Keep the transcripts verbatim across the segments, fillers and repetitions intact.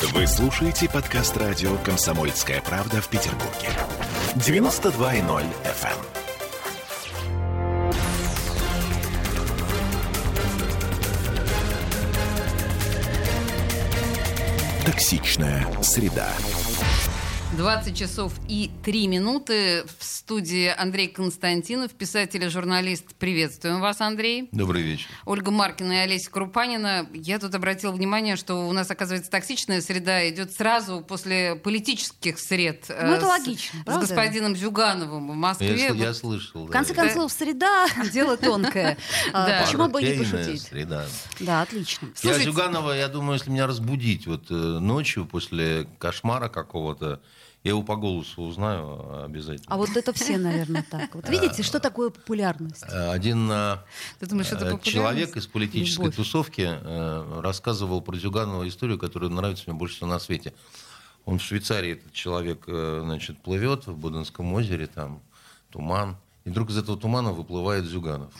Вы слушаете подкаст радио «Комсомольская правда» в Петербурге. девяносто два и ноль эф эм. Токсичная среда. двадцать часов и три минуты. В студии Андрей Константинов, писатель и журналист. Приветствуем вас, Андрей. Добрый вечер. Ольга Маркина и Олеся Крупанина. Я тут обратила внимание, что у нас, оказывается, токсичная среда идет сразу после политических сред. Ну, это с, логично, с правда? господином Зюгановым в Москве. Я, Вот. я слышал. В конце концов, среда — дело тонкое. Да. Почему бы не Партийная пошутить? среда. Да, отлично. Я Слушайте- Зюганова, я думаю, если меня разбудить вот э, ночью после кошмара какого-то, я его по голосу узнаю обязательно. А вот это все, наверное, так. Вот видите, что такое популярность? Э, Один э, Ты думаешь, это э, популярность? человек из политической Любовь. тусовки э, рассказывал про Зюганова историю, которая нравится мне больше всего на свете. Он в Швейцарии, этот человек, э, значит, плывет в Боденском озере, там туман, и вдруг из этого тумана выплывает Зюганов.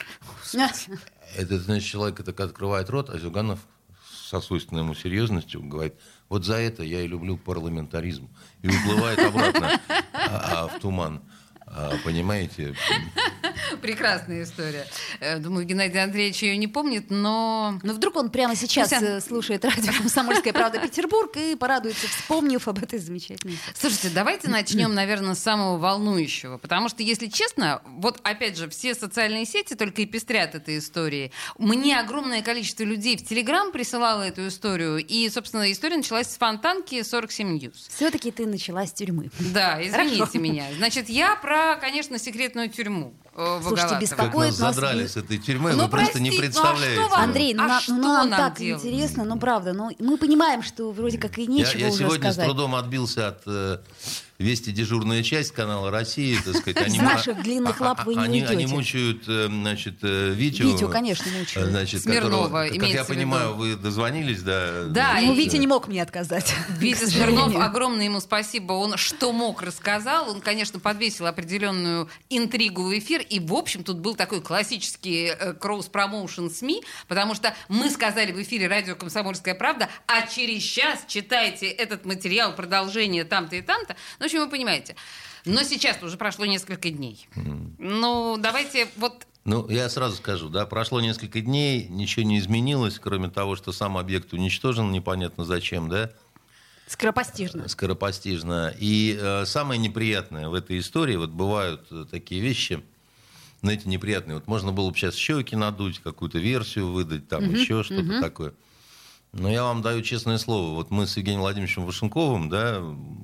Этот, значит, человек так открывает рот, а Зюганов со свойственной ему серьезностью говорит: вот за это я и люблю парламентаризм. И выплывает обратно а, а, в туман. А, понимаете? Прекрасная история. Э, Думаю, Геннадий Андреевич ее не помнит, но... Но вдруг он прямо сейчас Хотя- э, слушает радио «Комсомольская правда» Петербург и порадуется, вспомнив об этой замечательной истории. Слушайте, давайте начнем, наверное, с самого волнующего. Потому что, если честно, вот опять же, все социальные сети только и пестрят этой историей. Мне огромное количество людей в Телеграм присылало эту историю. И, собственно, история началась с фонтанки сорок семь News. Все-таки ты начала с тюрьмы. Да, извините Хорошо. меня. Значит, я про, конечно, секретную тюрьму. э, в Слушайте, Агалатово. беспокоит- Как Какой нас от нас задрали вы- с этой тюрьмы, Ну, вы просто не простите, ну, а что представляете. вам? Андрей, ну, А на- что ну, нам нам так делать? интересно, ну правда, ну мы понимаем, что вроде как и Я, нечего я уже сегодня сказать. с трудом отбился от э, «Вести дежурная часть» канала «Россия», так сказать. Из Они, наших длинных лап вы не они, они уйдете. мучают, э, значит, э, Витю. Витю, конечно, мучают. Значит, Смирнова, которого, как имеется я в виду. понимаю, вы дозвонились, да? Да, Ну, и- Витя не мог мне отказать. Витя к Смирнов, сожалению. огромное ему спасибо. Он что мог рассказал. Он, конечно, подвесил определенную интригу в эфир. И, в общем, тут был такой классический э, кросс-промоушен СМИ, потому что мы сказали в эфире радио «Комсомольская правда», а через час читайте этот материал, продолжение там-то и там-то. Ну, в общем, вы понимаете. Но сейчас уже прошло несколько дней. Ну, давайте вот... Ну, я сразу скажу, да, прошло несколько дней, ничего не изменилось, кроме того, что сам объект уничтожен, непонятно зачем, да, Скоропостижно. скоропостижно. И э, самое неприятное в этой истории, вот бывают э, такие вещи, знаете, неприятные. Вот можно было бы сейчас щеки надуть, какую-то версию выдать, там еще что-то такое. Но я вам даю честное слово. Вот мы с Евгением Владимировичем Вашенковым, да,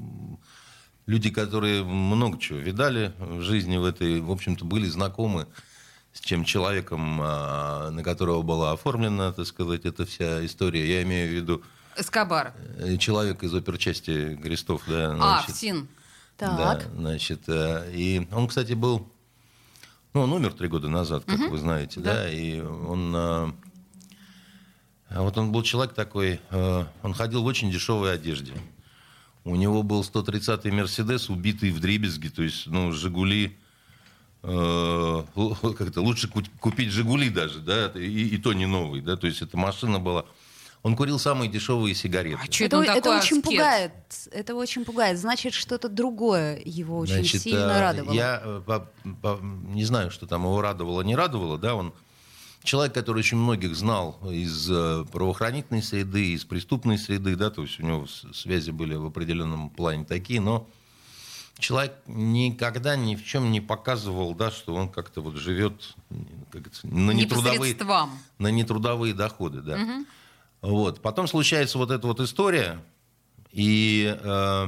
люди, которые много чего видали в жизни в этой, в общем-то, были знакомы с тем человеком, а, на которого была оформлена, так сказать, эта вся история. Я имею в виду Эскобар. э, человек из оперчасти «Крестов». Да, А, значит. ФСИН. Да, Так. значит, э, и он, кстати, был, ну, он умер три года назад, как вы знаете, да, и он, э, вот он был человек такой, э, он ходил в очень дешевой одежде. У него был сто тридцатый «Мерседес», убитый вдребезги, то есть, ну, «Жигули», э, как-то лучше ку- купить «Жигули» даже, да, и, и то не новый, да, то есть эта машина была. Он курил самые дешевые сигареты. А чё Это, он это такой очень аскет? пугает. Это очень пугает. Значит, что-то другое его очень Значит, сильно э, радовало. Я э, по- по- не знаю, что там его радовало, не радовало, да, он человек, который очень многих знал из э, правоохранительной среды, из преступной среды, да, то есть у него с- связи были в определенном плане такие, но человек никогда ни в чем не показывал, да, что он как-то вот живет как это, на Не по нетрудовые, средствам. на нетрудовые доходы, да. Вот. Потом случается вот эта вот история, и э,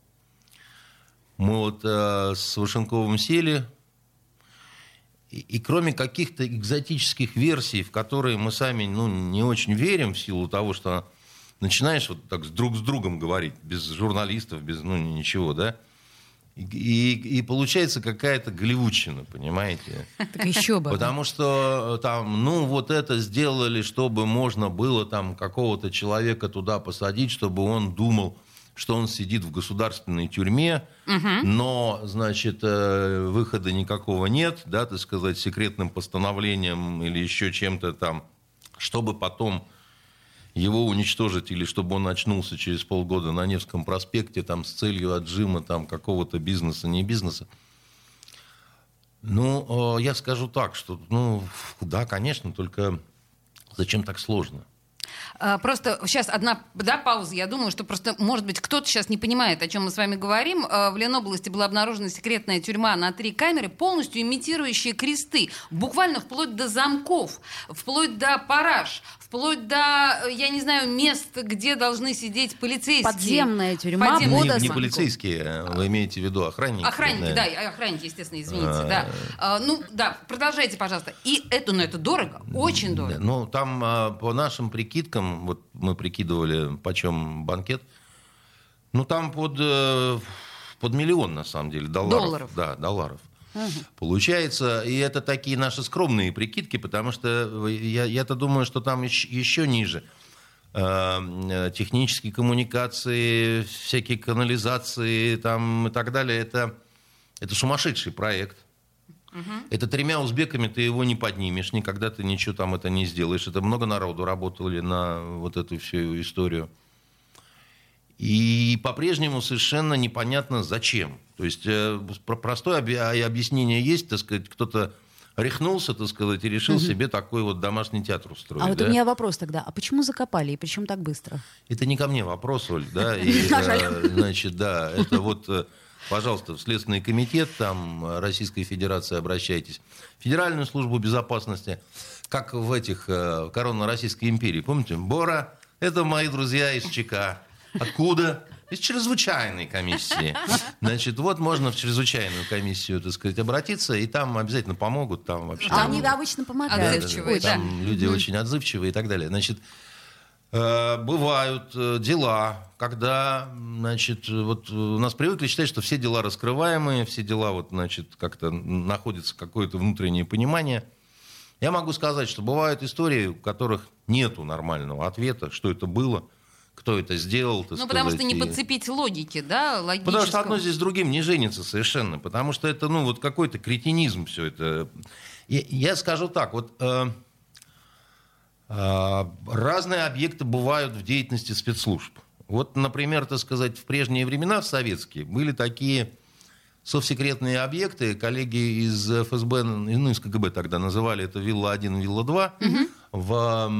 мы вот э, с Вашенковым сели, и, и кроме каких-то экзотических версий, в которые мы сами, ну, не очень верим в силу того, что начинаешь вот так с друг с другом говорить, без журналистов, без, ну, ничего, да, и, и, и получается какая-то голливудщина, понимаете? Так еще бы. Потому что там, ну, вот это сделали, чтобы можно было там какого-то человека туда посадить, чтобы он думал, что он сидит в государственной тюрьме, но, значит, э, выхода никакого нет, да, так сказать, секретным постановлением или еще чем-то там, чтобы потом его уничтожить или чтобы он очнулся через полгода на Невском проспекте там, с целью отжима там, какого-то бизнеса, не бизнеса. Ну, я скажу так, что, ну, да, конечно, только зачем так сложно? Просто сейчас одна да, пауза. Я думаю, что просто, может быть, кто-то сейчас не понимает, о чем мы с вами говорим. В Ленобласти была обнаружена секретная тюрьма на три камеры, полностью имитирующие кресты. Буквально вплоть до замков, вплоть до параж, вплоть до, я не знаю, мест, где должны сидеть полицейские. Подземная тюрьма. Подземная. Не, Под не замком. полицейские, вы имеете в виду охранники? Охранники, да, охранники, естественно, извините, да. А, ну, да, продолжайте, пожалуйста. И это, ну, это дорого, очень дорого. Ну, там, по нашим прикидкам, вот мы прикидывали, почем банкет, ну, там под, под миллион, на самом деле, долларов. Долларов. Да, долларов. Угу. Получается, и это такие наши скромные прикидки, потому что я, я-то думаю, что там еще, еще ниже. Э, технические коммуникации, всякие канализации там, и так далее. Это, это сумасшедший проект. Угу. Это тремя узбеками ты его не поднимешь, никогда ты ничего там это не сделаешь. Это много народу работали на вот эту всю историю. И по-прежнему совершенно непонятно, зачем. То есть э, простое объяснение есть, так сказать, кто-то рехнулся, так сказать, и решил угу. себе такой вот домашний театр устроить. А вот да? у меня вопрос тогда, а почему закопали, и причем так быстро? Это не ко мне вопрос, Оль, да, и, значит, да, это вот... Пожалуйста, в Следственный комитет там, Российской Федерации обращайтесь. Федеральную службу безопасности, как в этих э, коронно Российской империи. Помните? Бора, это мои друзья из ЧК. Откуда? Из чрезвычайной комиссии. Значит, вот можно в чрезвычайную комиссию, так сказать, обратиться, и там обязательно помогут. Там вообще, а там, они обычно помогают. Отзывчивые, да, там да. люди mm. очень отзывчивые и так далее. Значит, бывают дела, когда, значит, вот у нас привыкли считать, что все дела раскрываемые, все дела, вот, значит, как-то находится какое-то внутреннее понимание. Я могу сказать, что бывают истории, у которых нету нормального ответа, что это было, кто это сделал. Ну, сказать, потому что не и... подцепить логики, да, логического. Потому что одно здесь с другим не женится совершенно, потому что это, ну, вот какой-то кретинизм все это. Я, я скажу так, вот... Э... Разные объекты бывают в деятельности спецслужб. Вот, например, так сказать, в прежние времена, в советские, были такие совсекретные объекты. Коллеги из эф эс бэ, ну, из ка гэ бэ тогда называли это Вилла один, Вилла два. Угу. В,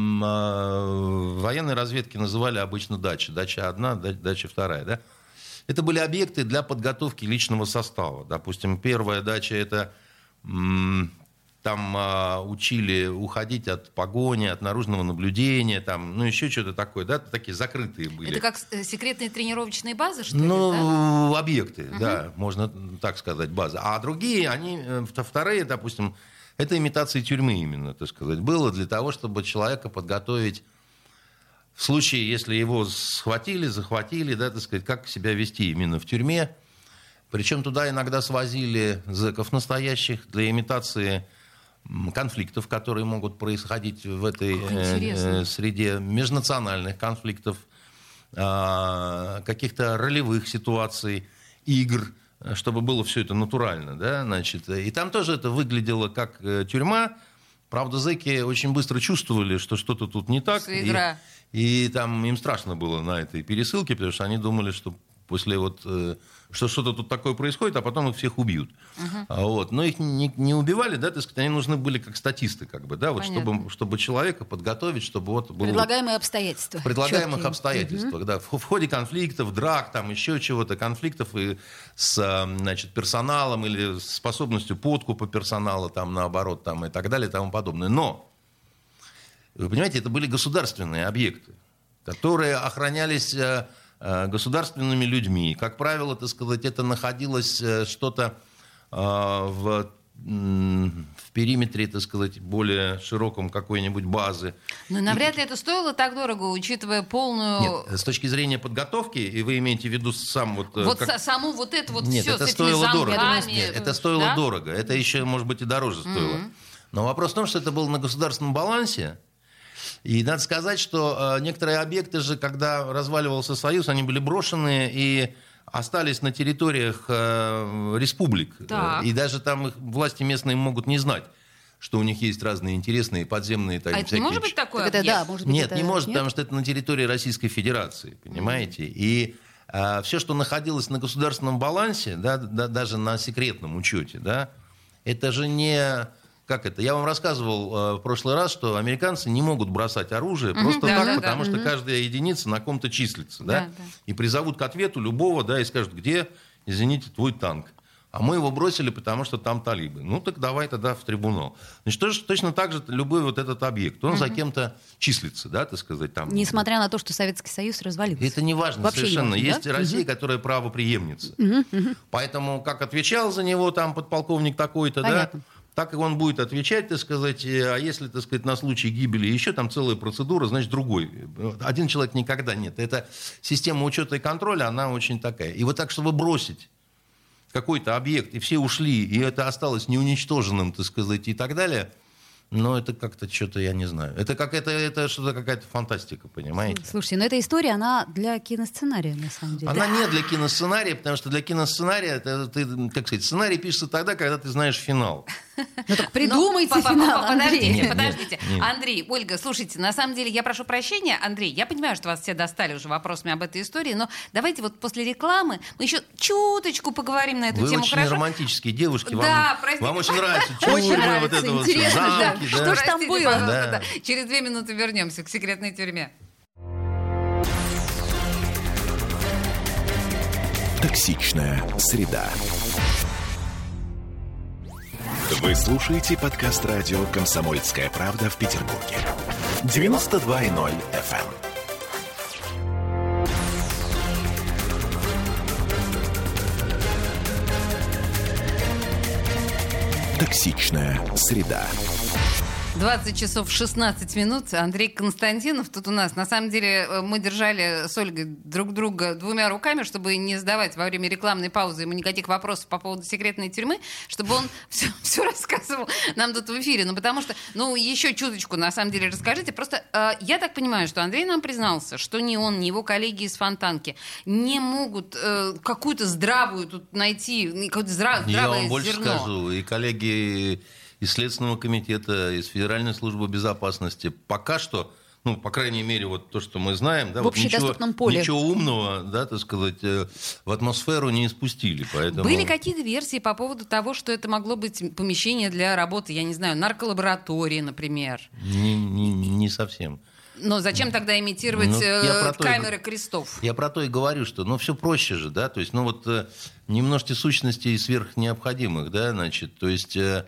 в военной разведке называли обычно дача. Дача одна, дача вторая. Да? Это были объекты для подготовки личного состава. Допустим, первая дача – это... Там а, учили уходить от погони, от наружного наблюдения, там, ну, еще что-то такое, да, такие закрытые были. Это как секретные тренировочные базы, что ли? Ну, да? объекты, uh-huh. да, можно так сказать, базы. А другие, они, вторые, допустим, это имитация тюрьмы именно, так сказать, было для того, чтобы человека подготовить в случае, если его схватили, захватили, да, так сказать, как себя вести именно в тюрьме. Причем туда иногда свозили зэков настоящих для имитации конфликтов, которые могут происходить в этой э, среде, межнациональных конфликтов, э, каких-то ролевых ситуаций, игр, чтобы было все это натурально. Да? Значит, и там тоже это выглядело как э, тюрьма. Правда, зэки очень быстро чувствовали, что что-то тут не так. И, и там им страшно было на этой пересылке, потому что они думали, что после вот, э, что что-то тут такое происходит, а потом их всех убьют. Uh-huh. А вот. Но их не, не убивали, да, так сказать, они нужны были как статисты, как бы, да, вот, чтобы, чтобы человека подготовить, чтобы вот было... Предлагаемые обстоятельства. В предлагаемых четкие. обстоятельствах, uh-huh. да, в, в ходе конфликтов, драк, там, еще чего-то, конфликтов и с, значит, персоналом или с способностью подкупа персонала, там, наоборот, там, и так далее, и тому подобное. Но, вы понимаете, это были государственные объекты, которые охранялись... государственными людьми. Как правило, так сказать, это находилось что-то э, в, в периметре, так сказать, более широком какой-нибудь базы. Но навряд ли и... это стоило так дорого, учитывая полную... Нет, с точки зрения подготовки, и вы имеете в виду сам вот... Вот как... саму вот это вот Нет, все это с стоило этими дорого. замками. Нет, это стоило да? дорого. Это еще, может быть, и дороже стоило. Mm-hmm. Но вопрос в том, что это было на государственном балансе. И надо сказать, что э, некоторые объекты же, когда разваливался Союз, они были брошены и остались на территориях э, республик. Так. И даже там их власти местные могут не знать. что у них есть разные интересные подземные там, А это не может быть такое? Так это, да, может быть, Нет, это... не может, нет? потому что это на территории Российской Федерации, понимаете? Mm-hmm. И а, все, что находилось на государственном балансе, да, да, даже на секретном учете, да, это же не... Как это? Я вам рассказывал э, в прошлый раз, что американцы не могут бросать оружие mm-hmm, просто да, так, да, потому да. что Mm-hmm. каждая единица на ком-то числится, да? Да, да. И призовут к ответу любого, да, и скажут, где, извините, твой танк? А мы его бросили, потому что там талибы. Ну, так давай тогда в трибунал. Значит, тоже, точно так же любой вот этот объект, он mm-hmm. за кем-то числится, да, так сказать. Там. Несмотря на то, что Советский Союз развалился. Это не важно Вообще совершенно. не важно, Есть да? Россия, Mm-hmm. которая правопреемница. Mm-hmm. Mm-hmm. Поэтому, как отвечал за него там подполковник такой-то, Понятно. да, так и он будет отвечать, так сказать, а если, так сказать, на случай гибели еще там целая процедура, значит, другой. Один человек никогда нет. Эта система учета и контроля, она очень такая. И вот так, чтобы бросить какой-то объект, и все ушли, и это осталось неуничтоженным, так сказать, и так далее, но это как-то что-то, я не знаю. Это, как, это, это что-то какая-то фантастика, понимаете? Слушайте, но эта история, она для киносценария, на самом деле. Она не для киносценария, потому что для киносценария, это, ты, как сказать, сценарий пишется тогда, когда ты знаешь финал. Ну так придумайте Но, финал, Подождите, Андрей. Нет, подождите. нет, нет. Андрей, Ольга, слушайте, на самом деле, я прошу прощения, Андрей, я понимаю, что вас все достали уже вопросами об этой истории, но давайте вот после рекламы мы еще чуточку поговорим на эту Вы тему, очень хорошо? романтические девушки, Да, вам, простите. вам очень нравится Очень тюрьмы, нравится, вот это вот интересно, да. замки, Что да. ж там Простите, было? пожалуйста, Да. да. Через две минуты вернемся к секретной тюрьме. Токсичная среда. Вы слушаете подкаст радио «Комсомольская правда» в Петербурге. девяносто два и ноль эф эм. Токсичная среда. двадцать часов шестнадцать минут. Андрей Константинов тут у нас. На самом деле мы держали с Ольгой друг друга двумя руками, чтобы не задавать во время рекламной паузы ему никаких вопросов по поводу секретной тюрьмы, чтобы он все, все рассказывал нам тут в эфире. Ну, потому что, ну, еще чуточку, на самом деле, расскажите. Просто э, я так понимаю, что Андрей нам признался, что ни он, ни его коллеги из Фонтанки не могут э, какую-то здравую тут найти, какое-то здра- здравое Я вам больше зерно. скажу, и коллеги из Следственного комитета, из Федеральной службы безопасности пока что, ну, по крайней мере, вот то, что мы знаем, да, В вот ничего, общедоступном поле. ничего умного, да, так сказать, э, в атмосферу не испустили. Поэтому... Были какие-то версии по поводу того, что это могло быть помещение для работы, я не знаю, нарколаборатории, например. Не, не, не совсем. Но зачем тогда имитировать Ну, я э, про то и камеры г- крестов? Я про то и говорю, что, ну, все проще же, да, то есть, ну, вот э, не множьте сущностей сверхнеобходимых, да, значит, то есть... Э,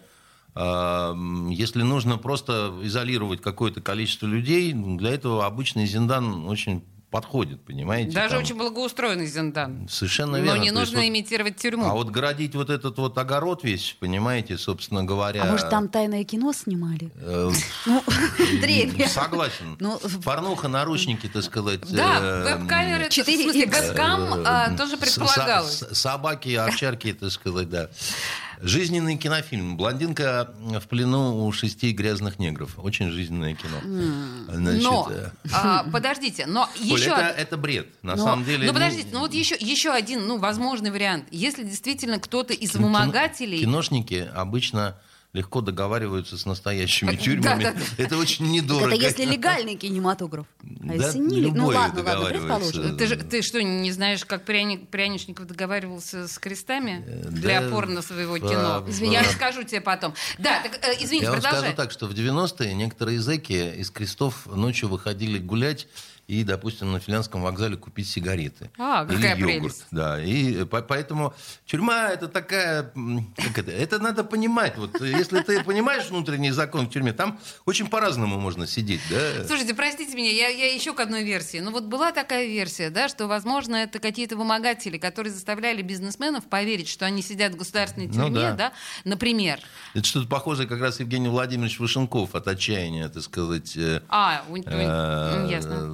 Если нужно просто изолировать какое-то количество людей, для этого обычный Зиндан очень подходит, понимаете? Даже там... очень благоустроенный Зиндан. Совершенно Но верно. не То есть нужно вот- имитировать тюрьму. А вот городить вот этот вот огород весь, понимаете, собственно говоря... А может, там тайное кино снимали? э, Ну, Андрей, я- Согласен. Ну, Порнуха, наручники, так сказать. Да, э, веб-камеры, в четыре смысле, икс. веб-кам э, а, тоже с- предполагалось. с- Собаки, овчарки, так сказать, да. Жизненный кинофильм. «Блондинка в плену у шести грязных негров». Очень жизненное кино. Значит, Но, э, а, подождите, но Оль, еще... это, это бред. На Но- самом деле... Ну, не- подождите, ну вот еще, еще один, ну, возможный вариант. Если действительно кто-то из кино- вымогателей... Киношники обычно легко договариваются с настоящими тюрьмами. да, да. Это очень недорого. это если легальный кинематограф. А Да, если не... Ну любой ладно, ладно, договаривается. предположим. Ты, же, ты что, не знаешь, как Пряник, Пряничников договаривался с крестами для да, порно своего в- кино? в- Я расскажу тебе потом. Да, так, э, извините, Я вам продолжай. скажу так, что в девяностые некоторые зэки из крестов ночью выходили гулять и, допустим, на Финляндском вокзале купить сигареты. А, Или какая йогурт. прелесть. Да, и по- поэтому тюрьма это такая... м, Как это? Это надо понимать. Вот, если ты понимаешь внутренний закон в тюрьме, там очень по-разному можно сидеть. Да? Слушайте, простите меня, я, я еще к одной версии. Ну вот была такая версия, да, что, возможно, это какие-то вымогатели, которые заставляли бизнесменов поверить, что они сидят в государственной Ну тюрьме, да. да, например. Это что-то похожее как раз Евгений Владимирович Вышенков от отчаяния, так сказать. э, А, у- у- Э, ясно.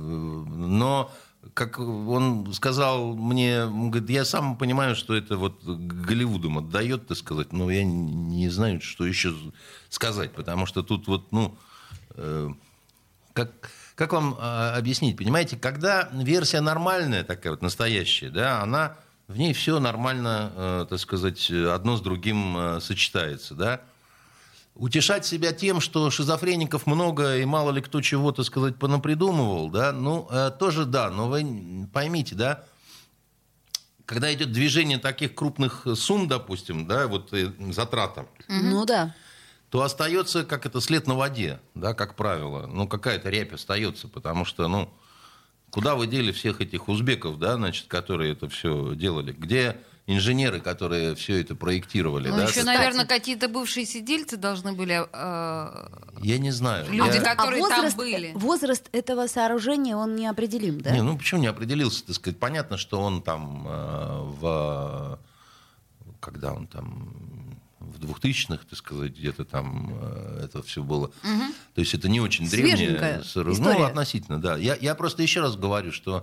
Но, как он сказал мне, он говорит, я сам понимаю, что это вот Голливудом отдает, так сказать, но я не знаю, что еще сказать, потому что тут вот, ну, э, как, как вам э, объяснить, понимаете, когда версия нормальная такая вот, настоящая, да, она, в ней все нормально, э, так сказать, одно с другим э, сочетается, да. утешать себя тем, что шизофреников много и мало ли кто чего, так сказать, понапридумывал, да, ну, э, тоже да, но вы поймите, да, когда идет движение таких крупных сумм, допустим, да, вот э, затратам, Ну да. то остается, как это, след на воде, да, как правило. Ну, какая-то рябь остается, потому что, ну, куда вы дели всех этих узбеков, да, значит, которые это все делали? Где инженеры, которые все это проектировали? Ну, да? еще, Кстати, наверное, какие-то бывшие сидельцы должны были... э, я не знаю. люди, Я- как- которые а там возраст, были. возраст этого сооружения, он неопределим, да? Не, ну, почему не определился, так сказать? Понятно, что он там э, в... Когда он там... в двухтысячных, так сказать, где-то там э, это все было. Угу. То есть это не очень Свеженькая древнее. сооружение. история. Ну, относительно, да. Я, я просто еще раз говорю, что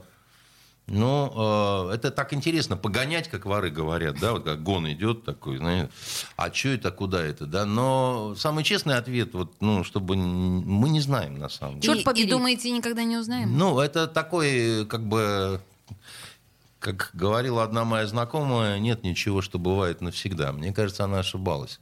ну, э, это так интересно, погонять, как воры говорят, да, вот как гон идет такой, знаете, а что это, куда это, да, но самый честный ответ, вот, ну, чтобы н- мы не знаем на самом деле. И, Чёрт побери. и думаете, никогда не узнаем? Ну, это такой, как бы, как говорила одна моя знакомая, нет ничего, что бывает навсегда. Мне кажется, она ошибалась.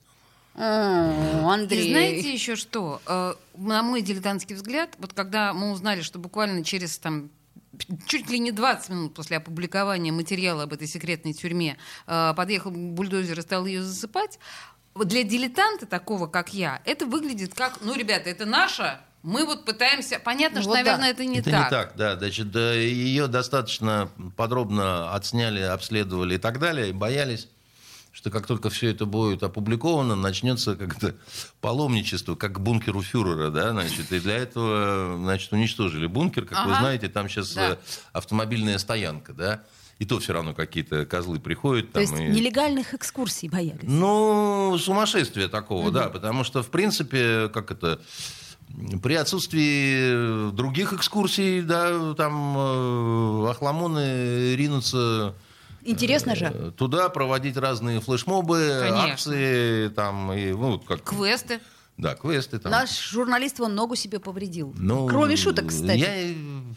О, Андрей. И знаете еще что? Э, На мой дилетантский взгляд, вот когда мы узнали, что буквально через там, чуть ли не двадцать минут после опубликования материала об этой секретной тюрьме э, подъехал бульдозер и стал ее засыпать, вот для дилетанта такого, как я, это выглядит как, ну, ребята, это наша, мы вот пытаемся... Понятно, Ну, что, вот наверное, да. это не это так. не так, да. Значит, да, ее достаточно подробно отсняли, обследовали и так далее, и боялись, что как только все это будет опубликовано, начнется как-то паломничество, как к бункеру фюрера, да, значит, и для этого, значит, уничтожили бункер, как вы Ага. знаете, там сейчас Да. э, автомобильная стоянка, да, и то все равно какие-то козлы приходят. То Там, есть и... нелегальных экскурсий боялись. Ну, сумасшествие такого, да, потому что, в принципе, как это, при отсутствии других экскурсий, да, там э, охламоны ринутся Интересно же. э, туда, проводить разные флешмобы, Конечно. акции, там, и, ну, как... Квесты. Да, квесты там. Наш журналист вон ногу себе повредил. Ну, Кроме шуток, кстати. Я...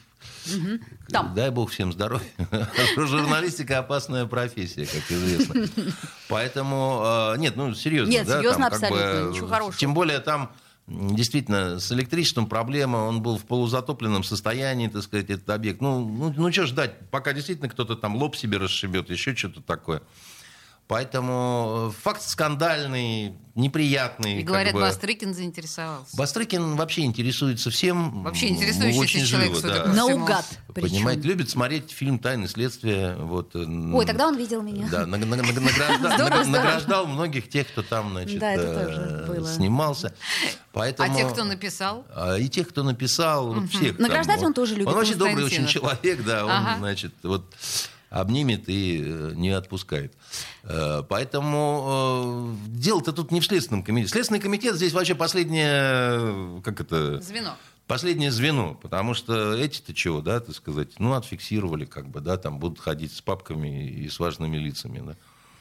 Там. Дай бог всем здоровья. Журналистика опасная профессия, как известно. Поэтому, э, нет, ну, серьезно. Нет, да, серьезно там, как абсолютно, бы, ничего хорошего. Тем более там м, действительно с электричеством проблема, он был в полузатопленном состоянии, так сказать, этот объект. Ну, ну, ну что ждать, пока действительно кто-то там лоб себе расшибет, еще что-то такое. Поэтому факт скандальный, неприятный. И как говорят, бы. Бастрыкин заинтересовался. Бастрыкин вообще интересуется всем. Вообще м, интересующийся очень человек, живо, судя да. по всему. Наугад. причем. Понимаете, любит смотреть фильм «Тайны следствия». Вот, Ой, тогда он видел меня. да, наг- наг- наг- награжда- Здорово, наг- здорово. награждал многих тех, кто там, значит, Да, это э, тоже было. снимался. Поэтому, А те, кто написал? а, и тех, кто написал, вот всех. там. Награждать он тоже любит. Он очень добрый очень Константинов. человек, да, он, Ага. значит, вот обнимет и э, не отпускает. Э, Поэтому э, дело-то тут не в Следственном комитете. Следственный комитет здесь вообще последнее, э, как это... Звено. Последнее звено, потому что эти-то чего, да, так сказать, ну, отфиксировали, как бы, да, там будут ходить с папками и с важными лицами, да.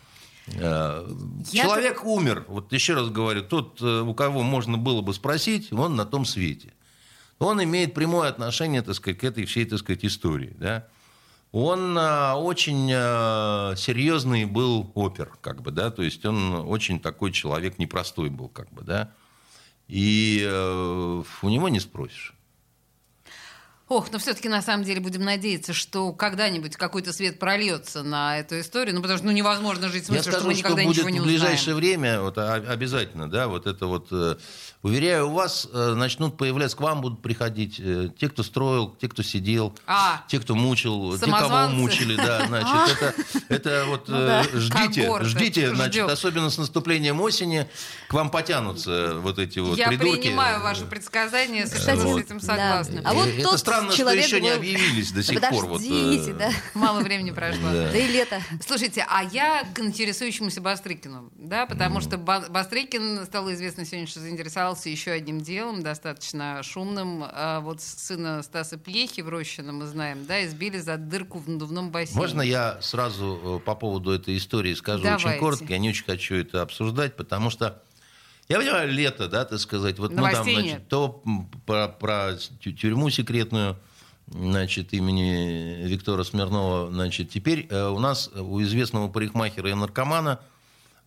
Э, Я Человек умер, вот еще раз говорю, тот, э, у кого можно было бы спросить, он на том свете. Он имеет прямое отношение, так сказать, к этой всей, так сказать, истории, да. Он э, очень э, серьезный был опер, как бы, да, то есть он очень такой человек непростой был, как бы, да. И э, у него не спросишь. Ох, но все-таки на самом деле будем надеяться, что когда-нибудь какой-то свет прольется на эту историю, ну потому что ну, невозможно жить в Я смысле, скажу, что мы что никогда будет ничего не в узнаем. ближайшее время, вот, а- обязательно, да, вот это вот, э, уверяю вас, э, начнут появляться, к вам будут приходить э, те, кто строил, те, кто сидел, А. те, кто мучил, те, Самозванцы. кого мучили, да, значит, это, это вот Ну да. э, ждите, Когорта. ждите, значит, Ждем. особенно с наступлением осени, к вам потянутся вот эти вот Я придурки. принимаю ваше предсказание, совершенно Кстати, с этим да. согласна. А вот Э, тот это странно, что человек еще не был- объявились до сих Да пор. Вот, подождите, э, да. Мало времени прошло. Да. Да и лето. Слушайте, а я к интересующемуся Бастрыкину, да, потому что Ба- Бастрыкин, стало известно сегодня, что заинтересовался еще одним делом, достаточно шумным. А вот сына Стаса Плехи в Рощино, мы знаем, да, избили за дырку в надувном бассейне. Можно я сразу э, по поводу этой истории скажу Давайте. очень коротко? Я не очень хочу это обсуждать, потому что я понимаю, лето, да, так сказать, вот, ну, там, Новостей значит, нет. то м, про, про тю- тюрьму секретную, значит, имени Виктора Смирнова, значит, теперь э, у нас у известного парикмахера и наркомана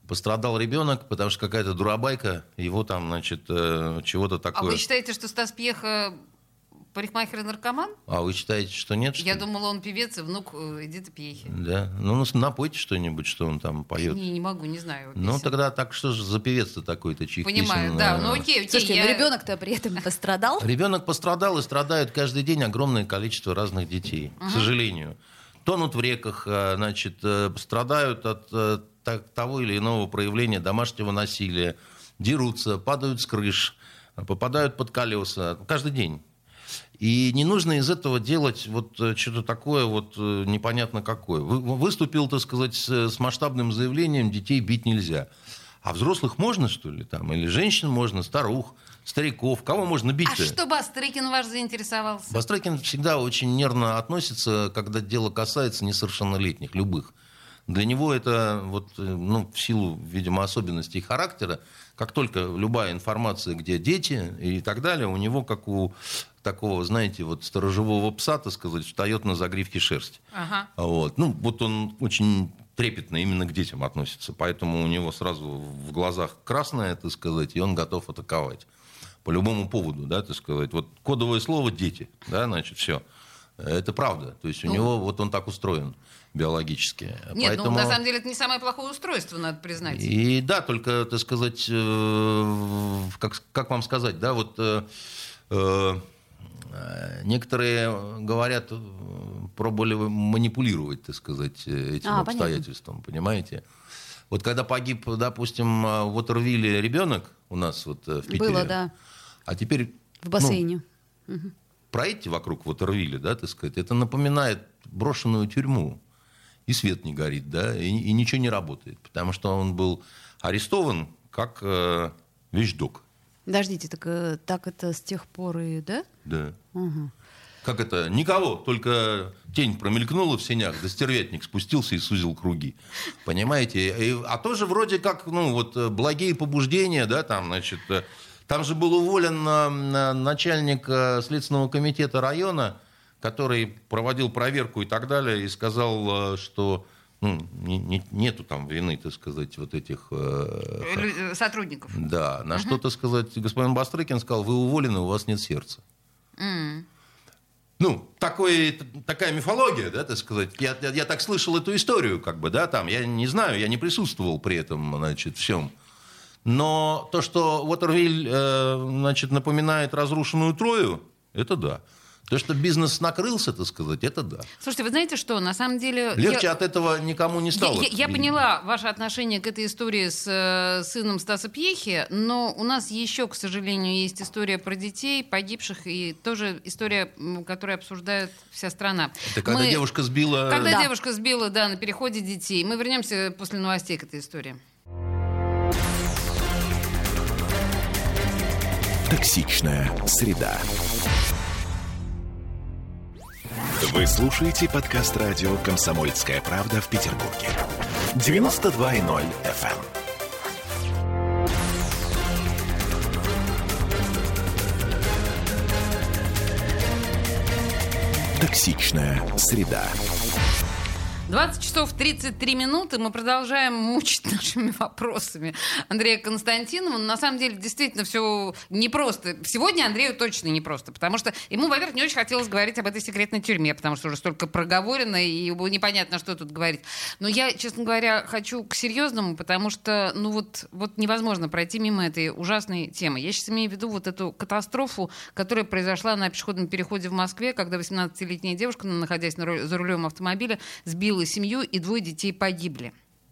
Пострадал ребенок, потому что какая-то дурабайка его там, значит, э, чего-то такое... А вы считаете, что Стас Пьеха парикмахер и наркоман? А вы считаете, что нет? Что Я ли? думала, он певец и внук Эдиты Пьехи. Да? Ну, напойте что-нибудь, что он там поет. Не, не могу, не знаю. Ну, песен. тогда так что же за певец-то такой-то, чьих Понимаю, песен, да, э, ну окей, окей. Слушайте, я- но ребенок-то при этом пострадал. Ребенок пострадал, и страдает каждый день огромное количество разных детей, к сожалению. Тонут в реках, э, значит, э, страдают от э, так- того или иного проявления домашнего насилия, дерутся, падают с крыш, попадают под колеса каждый день. И не нужно из этого делать вот э, что-то такое вот э, непонятно какое. Вы- Выступил, так сказать, с, с масштабным заявлением: детей бить нельзя. А взрослых можно, что ли, там? Или женщин можно, старух, стариков? Кого можно А бить-то? что Бастрыкин ваш заинтересовался? Бастрыкин всегда очень нервно относится, когда дело касается несовершеннолетних, любых. Для него это, вот, э, ну, в силу, видимо, особенностей характера, как только любая информация, где дети и так далее, у него, как у такого, знаете, вот сторожевого пса, так сказать, встает на загривке шерсть. Ага. Вот. Ну, вот он очень трепетно именно к детям относится, поэтому у него сразу в глазах красное, так сказать, и он готов атаковать по любому поводу, да, так сказать. Вот кодовое слово «дети», да, значит, все. Это правда. То есть у Ну, него вот он так устроен биологически. Нет, Поэтому... ну на самом деле это не самое плохое устройство, надо признать. И да, только, так сказать, э, как, как вам сказать, да, вот э, э, некоторые говорят, э, пробовали манипулировать, так сказать, этим А, обстоятельством, понимаете? Вот когда погиб, допустим, в Уотервилле ребенок у нас вот в Питере. Было, да. А теперь... В бассейне. Ну, проедьте вокруг Уотервилля, да, так сказать, это напоминает брошенную тюрьму. И свет не горит, да, и, и ничего не работает. Потому что он был арестован как э, вещдок. Подождите, так, э, так это с тех пор и, да? Да. Ага. Как это? Никого, только тень промелькнула в сенях, да стервятник спустился и сузил круги. Понимаете? И, а тоже вроде как, ну, вот, благие побуждения, да, там, значит... Там же был уволен э, начальник э, Следственного комитета района, который проводил проверку и так далее, и сказал, э, что ну, не, не, нету там вины, так сказать, вот этих... Э, Лю- Сотрудников. да, на что, так сказать, господин Бастрыкин сказал: вы уволены, у вас нет сердца. М. Ну, такой, такая мифология, да, так сказать. Я, я, я так слышал эту историю, как бы, да, там, я не знаю, я не присутствовал при этом, значит, всем. Но то, что Уотервиль, э, значит, напоминает разрушенную Трою, это да. То, что бизнес накрылся, так сказать, это да. Слушайте, вы знаете что, на самом деле... Легче я- от этого никому не стало. Я, я- я поняла ваше отношение к этой истории с э, сыном Стаса Пьехи, но у нас еще, к сожалению, есть история про детей, погибших, и тоже история, м, которую обсуждает вся страна. Это когда Мы- девушка сбила... Когда Да. девушка сбила, да, на переходе детей. Мы вернемся после новостей к этой истории. Токсичная среда. Вы слушаете подкаст радио «Комсомольская правда» в Петербурге. девяносто два и ноль эф эм. Токсичная среда. двадцать часов тридцать три минуты. Мы продолжаем мучить нашими вопросами Андрея Константинова. На самом деле, действительно, все непросто. Сегодня Андрею точно непросто, потому что ему, во-первых, не очень хотелось говорить об этой секретной тюрьме, потому что уже столько проговорено, и непонятно, что тут говорить. Но я, честно говоря, хочу к серьезному, потому что, ну вот, вот невозможно пройти мимо этой ужасной темы. Я сейчас имею в виду вот эту катастрофу, которая произошла на пешеходном переходе в Москве, когда восемнадцатилетняя девушка, находясь на руль- за рулем автомобиля, сбила семью, и двое детей погибли.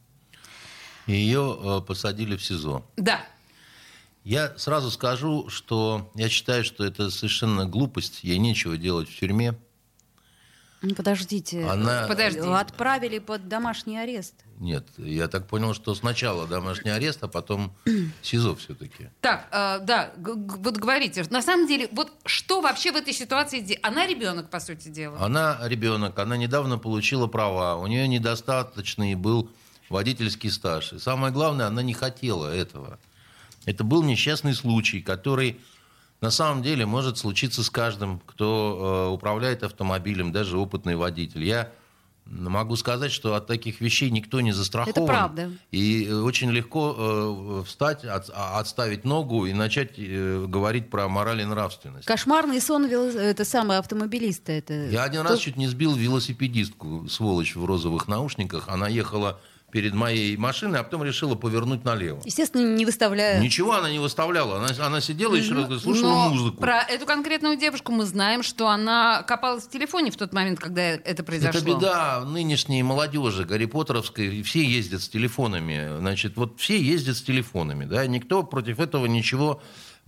Ее э, посадили в СИЗО. Да. Я сразу скажу, что я считаю, что это совершенно глупость. Ей нечего делать в тюрьме. Ну, подождите. Она... Подожди. Отправили под домашний арест. Нет, я так понял, что сначала домашний арест, а потом СИЗО все-таки. Так, э, да, г- г- вот говорите. На самом деле, вот что вообще в этой ситуации... де- Она ребенок, по сути дела. Она ребенок, она недавно получила права, у нее недостаточный был водительский стаж. И самое главное, она не хотела этого. Это был несчастный случай, который на самом деле может случиться с каждым, кто э, управляет автомобилем, даже опытный водитель. Я могу сказать, что от таких вещей никто не застрахован. Это правда. И очень легко э, встать, от, отставить ногу и начать э, говорить про мораль и нравственность. Кошмарный сон вело... это самое автомобилиста. Это... Я один раз чуть не сбил велосипедистку, сволочь в розовых наушниках. Она ехала перед моей машиной, а потом решила повернуть налево. Естественно, не выставляя... Ничего она не выставляла. Она, она сидела, еще раз говорю, слушала Но музыку. Про эту конкретную девушку мы знаем, что она копалась в телефоне в тот момент, когда это произошло. Это беда нынешней молодежи, Гарри Поттеровской. Все ездят с телефонами. Значит, вот все ездят с телефонами. Да? Никто против этого ничего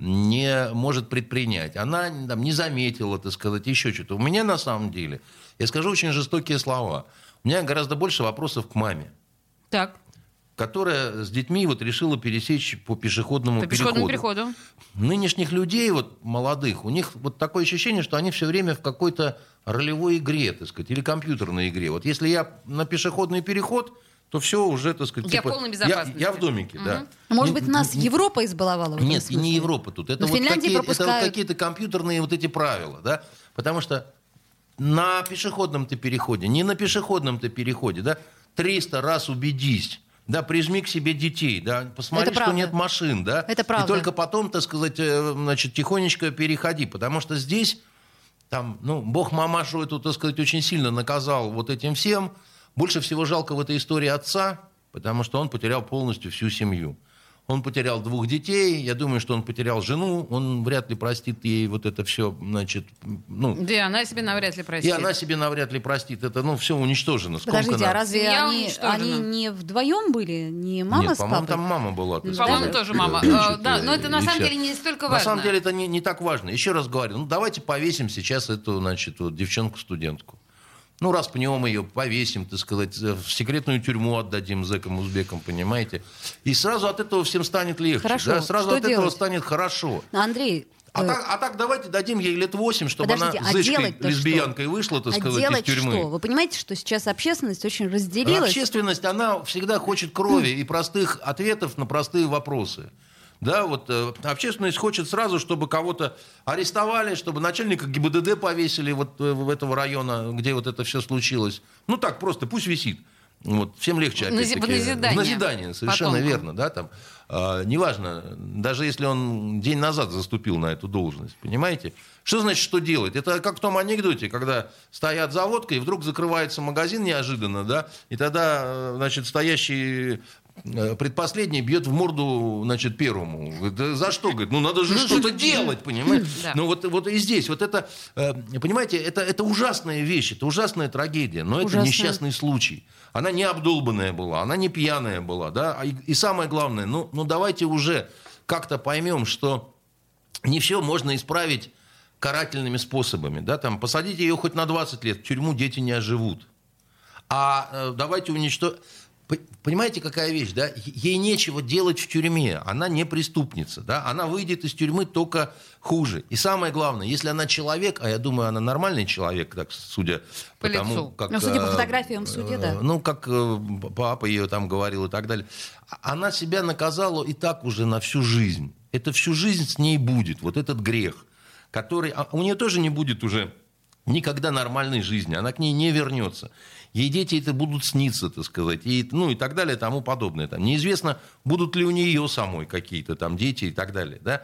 не может предпринять. Она там, не заметила, так сказать, еще что-то. У меня на самом деле, я скажу очень жестокие слова, у меня гораздо больше вопросов к маме. Так. Которая с детьми вот решила пересечь по пешеходному По переходу. пешеходному переходу. Нынешних людей, вот, молодых, у них вот такое ощущение, что они все время в какой-то ролевой игре, так сказать, или компьютерной игре. Вот если я на пешеходный переход, то все уже, так сказать... Я типа, в полной безопасности. Я, я в домике, угу. да. Может Не, быть, нас не, Европа избаловала? В нет, и смысле? не Европа тут. Это, Но вот, Финляндии какие, пропускают... это вот какие-то компьютерные вот эти правила, да. Потому что на пешеходном-то переходе, не на пешеходном-то переходе, да, триста раз убедись, да, прижми к себе детей, да, посмотри, что нет машин, да. Это правда. И только потом, так сказать, значит, тихонечко переходи, потому что здесь, там, ну, бог мамашу эту, так сказать, очень сильно наказал вот этим всем. Больше всего жалко в этой истории отца, потому что он потерял полностью всю семью. Он потерял двух детей, я думаю, что он потерял жену, он вряд ли простит ей вот это все, значит, ну... Да, и она себе навряд ли простит. И она себе навряд ли простит, это, ну, все уничтожено, скомкано. Подождите, а разве Семья они, они не вдвоем были? Не мама Нет, с по-моему, папой? там мама была. Ну, по-моему, сказать. тоже мама. Значит, Да, но это на и самом вся. деле не столько На важно. самом деле это не, не так важно. Еще раз говорю, ну, давайте повесим сейчас эту, значит, вот, девчонку-студентку. Ну, распнем ее, повесим, так сказать, в секретную тюрьму отдадим зэкам, узбекам, понимаете? И сразу от этого всем станет легче. Хорошо. Да? Сразу Что от делать? этого станет хорошо. Андрей... А, э... так, а так давайте дадим ей лет восемь, чтобы Подождите, она а зычкой, делать-то лесбиянкой что? вышла, так а сказать, делать из тюрьмы. что? Вы понимаете, что сейчас общественность очень разделилась? Общественность, она всегда хочет крови и простых ответов на простые вопросы. Да, вот э, общественность хочет сразу, чтобы кого-то арестовали, чтобы начальника ГИБДД повесили вот э, в этого района, где вот это все случилось. Ну так, просто пусть висит. Вот, всем легче, опять-таки. В назидание. В назидание, совершенно Потомкам. верно. Да, там, э, неважно, даже если он день назад заступил на эту должность, понимаете? Что значит, что делать? Это как в том анекдоте, когда стоят за водкой, и вдруг закрывается магазин неожиданно, да, и тогда, э, значит, стоящий... предпоследний бьет в морду, значит, первому. Говорит, за что? Говорит, ну надо же что-то делать, понимаете? Да. Ну вот, вот и здесь, вот это, понимаете, это, это ужасная вещь, это ужасная трагедия, но Ужасная. это несчастный случай. Она не обдолбанная была, она не пьяная была, да, и, и самое главное, ну, ну давайте уже как-то поймем, что не все можно исправить карательными способами, да, там, посадите ее хоть на двадцать лет, в тюрьму дети не оживут, а э, давайте уничтожить. Понимаете, какая вещь, да? Ей нечего делать в тюрьме, она не преступница, да? Она выйдет из тюрьмы только хуже. И самое главное, если она человек, а я думаю, она нормальный человек, так, судя по, По тому, лицу. как... Ну, судя по э, фотографиям в суде, да. Ну, как э, папа ее там говорил и так далее. Она себя наказала и так уже на всю жизнь. Это всю жизнь с ней будет, вот этот грех, который... А у нее тоже не будет уже никогда нормальной жизни, она к ней не вернется. Ей дети это будут сниться, так сказать, и, ну и так далее, и тому подобное. Там. Неизвестно, будут ли у нее самой какие-то там дети и так далее. Да?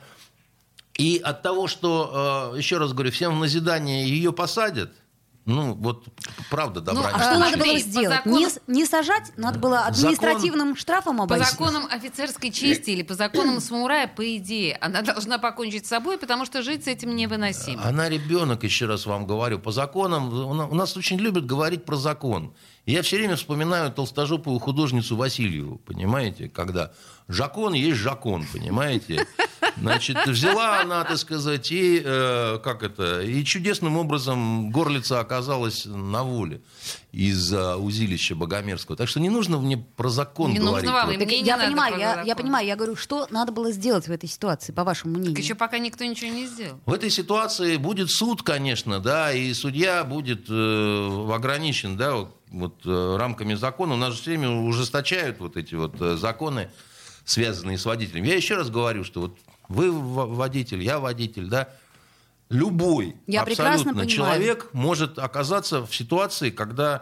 И от того, что, еще раз говорю, всем в назидание ее посадят, ну, вот, правда, добра Ну, не А что случится. надо было Андрей, по сделать? закону- Не, с- не сажать, надо было административным штрафом По обойти. законам офицерской чести или по законам самурая, по идее, она должна покончить с собой, потому что жить с этим невыносимо. Она ребенок, еще раз вам говорю, по законам, у нас очень любят говорить про закон. И я все время вспоминаю толстожопую художницу Васильеву, понимаете, когда жакон есть жакон, понимаете. Значит, взяла она, так сказать, и, э, как это, и чудесным образом горлица оказалась на воле из-за узилища Богомерского. Так что не нужно мне про закон Не говорить. нужно вам, Вот. и Так мне не я надо понимаю, про я, я закон. понимаю, я говорю, что надо было сделать в этой ситуации, по вашему мнению? Так еще пока никто ничего не сделал. В этой ситуации будет суд, конечно, да, и судья будет э, ограничен, да, вот, вот, э, рамками закона. У нас же все время ужесточают вот эти вот э, законы, связанные с водителем. Я еще раз говорю, что вот вы в- водитель, я водитель, да, любой Я прекрасно абсолютно понимаю. человек может оказаться в ситуации, когда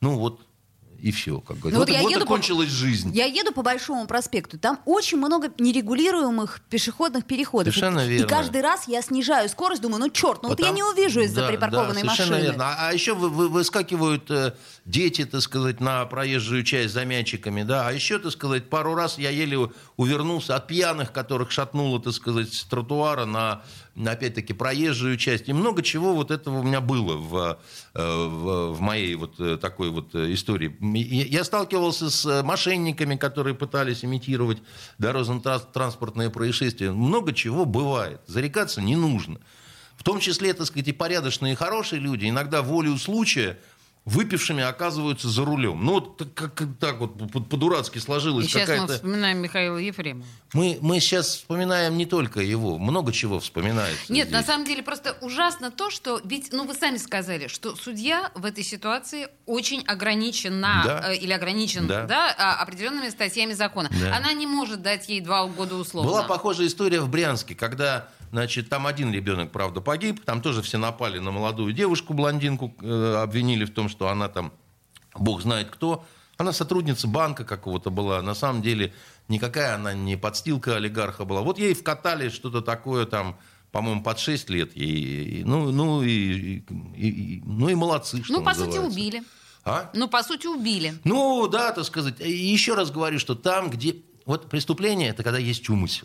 Ну вот, и все, как говорится. Ну, вот вот я вот еду и кончилась по... жизнь. Я еду по Большому проспекту, там очень много нерегулируемых пешеходных переходов. Совершенно и, верно. И каждый раз я снижаю скорость, думаю, ну черт, ну Потому... вот я не увижу из-за да, припаркованной да, совершенно машины. Верно. А, а еще вы, вы, выскакивают э, дети, так сказать, на проезжую часть за мячиками, да. А еще, так сказать, пару раз я еле увернулся от пьяных, которых шатнуло, так сказать, с тротуара на, на опять-таки, проезжую часть. И много чего вот этого у меня было в, в, в моей вот такой вот истории. Я сталкивался с мошенниками, которые пытались имитировать дорожно-транспортные происшествия. Много чего бывает. Зарекаться не нужно. В том числе, так сказать, и порядочные, и хорошие люди иногда волею случая выпившими оказываются за рулем. Ну, вот как, как, так вот по-дурацки сложилась и сейчас какая-то... мы вспоминаем Михаила Ефремова. Мы, мы сейчас вспоминаем не только его, много чего вспоминается. Нет, здесь. на самом деле просто ужасно то, что... Ведь, ну, вы сами сказали, что судья в этой ситуации очень ограничена, да. э, или ограничен, да. Да, а, определенными статьями закона. Да. Она не может дать ей два года условно. Была похожая история в Брянске, когда... Значит, там один ребенок, правда, погиб. Там тоже все напали на молодую девушку, блондинку, э, обвинили в том, что она там, бог знает кто. Она сотрудница банка какого-то была. На самом деле никакая она не подстилка олигарха была. Вот ей вкатали что-то такое там, по-моему, под шесть лет. Ей. Ну, ну, и, и, и, ну и молодцы, что Ну, по называется. сути, убили. А? Ну, по сути, убили. Ну, да, так сказать. И еще раз говорю, что там, где... Вот преступление – это когда есть умысел.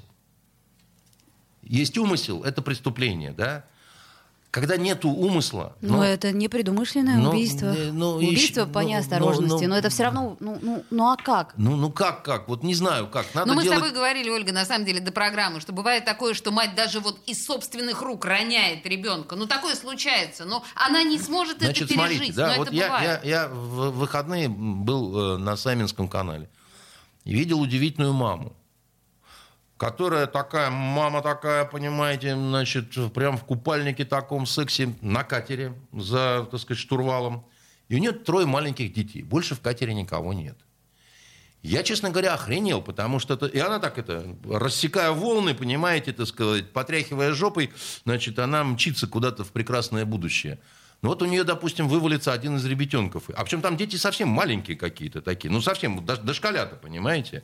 Есть умысел, это преступление, да? Когда нету умысла... Но ну, это не предумышленное ну, убийство. ну, убийство еще, по ну, неосторожности. ну, ну, но это все равно... Ну, ну, ну а как? Ну, ну как, как? Вот не знаю, как. Надо Но мы делать... с тобой говорили, Ольга, на самом деле, до программы, что бывает такое, что мать даже вот из собственных рук роняет ребенка. Ну, такое случается. Но она не сможет Значит, это пережить. смотрите, да, но вот это я, бывает. я, я в выходные был э, на Сайминском канале и видел удивительную маму, которая такая, мама такая, понимаете, значит, прям в купальнике таком сексе на катере за, так сказать, штурвалом. И у нее трое маленьких детей. Больше в катере никого нет. Я, честно говоря, охренел, потому что... Это... И она так это, рассекая волны, понимаете, так сказать, потряхивая жопой, значит, она мчится куда-то в прекрасное будущее. Ну вот у нее, допустим, вывалится один из ребятенков. А причем там дети совсем маленькие какие-то такие. Ну, совсем, дошколята, понимаете?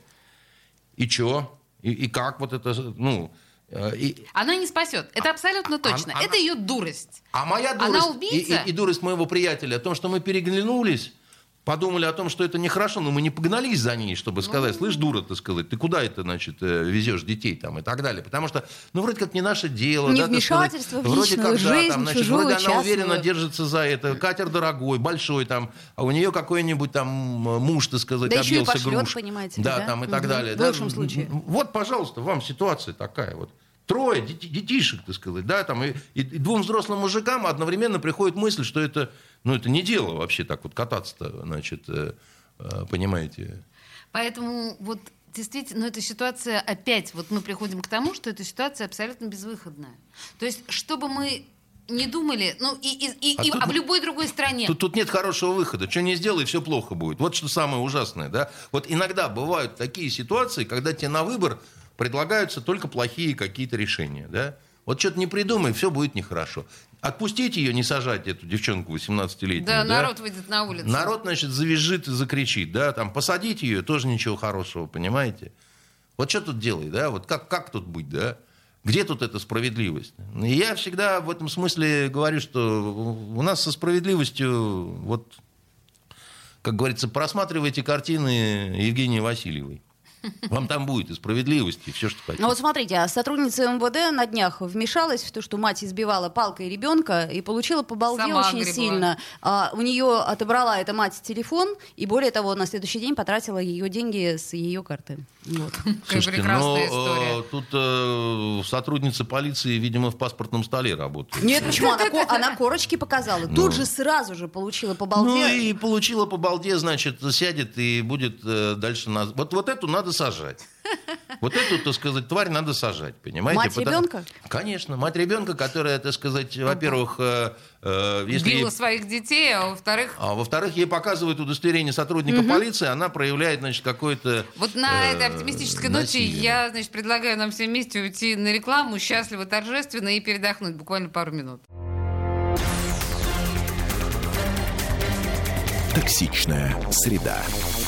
И чё? И, и как вот это, ну... И... Она не спасет. Это абсолютно точно. Она, это ее дурость. А моя дурость она убийца? И, и, и дурость моего приятеля о том, что мы переглянулись, подумали о том, что это нехорошо, но мы не погнались за ней, чтобы сказать, ну... слышь, дура, ты сказать, ты куда это, значит, везешь детей там и так далее. Потому что, ну, вроде как не наше дело. Не да, вмешательство сказать, в вроде личную как, жизнь, да, там, значит, чужую, вроде частную. она уверенно держится за это. Катер дорогой, большой там, а у нее какой-нибудь там муж, так сказать, да еще и объелся пошлет, груш. понимаете, да, да? там и так угу. далее. В да. лучшем случае. Вот, пожалуйста, вам ситуация такая вот. Трое дети, детишек, так сказать, да, там, и, и, и двум взрослым мужикам одновременно приходит мысль, что это, ну, это не дело вообще так вот кататься-то, значит, э, э, понимаете. Поэтому вот действительно, ну, эта ситуация опять, вот мы приходим к тому, что эта ситуация абсолютно безвыходная. То есть, чтобы мы не думали, ну, и, и, и, а и тут, а в любой другой стране. Тут, тут нет хорошего выхода. Что не сделай, все плохо будет. Вот что самое ужасное, да. Вот иногда бывают такие ситуации, когда тебе на выбор предлагаются только плохие какие-то решения, да? Вот что-то не придумай, все будет нехорошо. Отпустить ее, не сажать эту девчонку восемнадцатилетнюю. Да, да, народ выйдет на улицу. Народ, значит, завизжит и закричит, да, там, посадить ее, тоже ничего хорошего, понимаете? Вот что тут делай, да, вот как, как тут быть, да? Где тут эта справедливость? И я всегда в этом смысле говорю, что у нас со справедливостью, вот, как говорится, просматривайте картины Евгении Васильевой. Вам там будет и справедливость, и все, что хотите. Ну вот смотрите, а сотрудница эм вэ дэ на днях вмешалась в то, что мать избивала палкой ребенка и получила по балде Сама очень огребла. сильно. А, у нее отобрала эта мать телефон, и более того, на следующий день потратила ее деньги с ее карты. Вот. Какая Слушайте, прекрасная ну, история. э, тут э, сотрудница полиции, видимо, в паспортном столе работает. Нет, почему? Она, ко- она корочки показала. Ну. Тут же сразу же получила по балде. Ну и получила по балде, значит, сядет и будет э, дальше... Наз... Вот, вот эту надо сажать. Вот эту, так сказать, тварь надо сажать, понимаете? Мать Потому... ребенка? Конечно, мать ребенка, которая, так сказать, во-первых... Э, э, если... Била своих детей, а во-вторых... А во-вторых, ей показывают удостоверение сотрудника угу. полиции, она проявляет, значит, какое-то Вот на э, этой оптимистической ноте насилие. я, значит, предлагаю нам всем вместе уйти на рекламу, счастливо, торжественно и передохнуть буквально пару минут. Токсичная среда.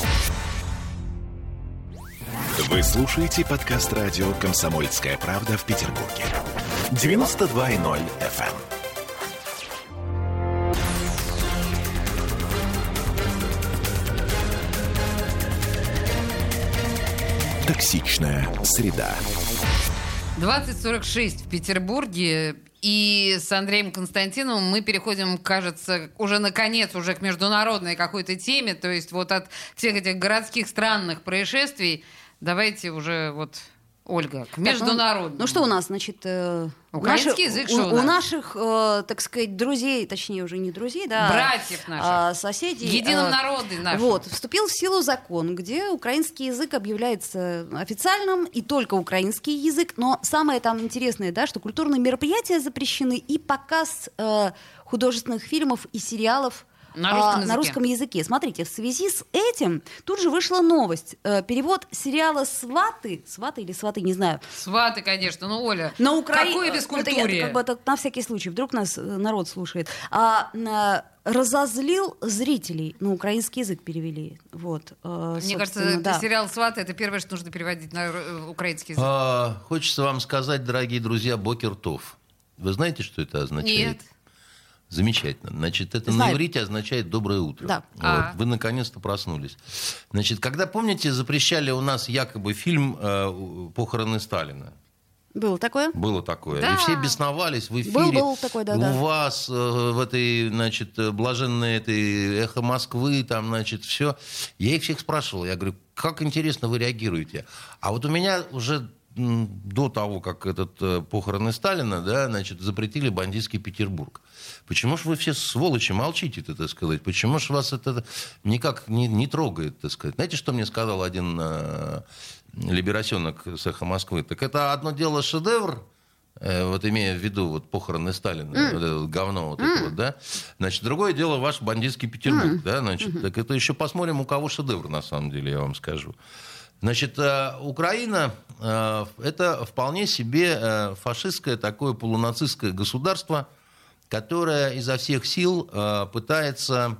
Вы слушаете подкаст радио «Комсомольская правда» в Петербурге. девяносто два и ноль эф эм. Токсичная среда. двадцать сорок шесть в Петербурге. И с Андреем Константиновым мы переходим, кажется, уже наконец уже к международной какой-то теме. То есть вот от всех этих городских странных происшествий давайте уже вот, Ольга, к международному. Так, ну, ну что у нас, значит... Э, Украинский наши, язык, у, что у нас? У наших, э, так сказать, друзей, точнее уже не друзей, да, братьев наших, а, соседей. единонародный наш. Вот, вступил в силу закон, где украинский язык объявляется официальным, и только украинский язык. Но самое там интересное, да, что культурные мероприятия запрещены, и показ э, художественных фильмов и сериалов на русском, а, языке. на русском языке. Смотрите, в связи с этим тут же вышла новость. Э, перевод сериала «Сваты», «Сваты» или «Сваты», не знаю. Сваты, конечно, ну, Оля, на Укра... какое бескультурье. Это я, как бы, это на всякий случай, вдруг нас э, народ слушает. А, а, разозлил зрителей, на украинский язык перевели. Вот, э, Мне кажется, да. сериал «Сваты» — это первое, что нужно переводить на э, украинский язык. А, хочется вам сказать, дорогие друзья, бокер-тов. Вы знаете, что это означает? Нет. Замечательно. Значит, это Знаю. на иврите означает «доброе утро». Да. Вот. А. Вы наконец-то проснулись. Значит, когда, помните, запрещали у нас якобы фильм э, «Похороны Сталина». Было такое? Было такое. Да. И все бесновались в эфире. Был, был такой, да, у да. вас э, в этой, значит, блаженной этой «Эхо Москвы», там, значит, все. Я их всех спрашивал. Я говорю, как интересно вы реагируете. А вот у меня уже до того, как этот э, похороны Сталина, да, значит, запретили бандитский Петербург. Почему же вы все, сволочи, молчите-то, так сказать? Почему же вас это никак не, не трогает, так сказать? Знаете, что мне сказал один э, либерасенок с «Эхо Москвы»? Так это одно дело шедевр, э, вот имея в виду вот похороны Сталина, mm. вот это вот говно вот mm. это вот, да? Значит, другое дело ваш бандитский Петербург, mm. да, значит, mm-hmm. так это еще посмотрим, у кого шедевр, на самом деле, я вам скажу. Значит, Украина – это вполне себе фашистское такое полунацистское государство, которое изо всех сил пытается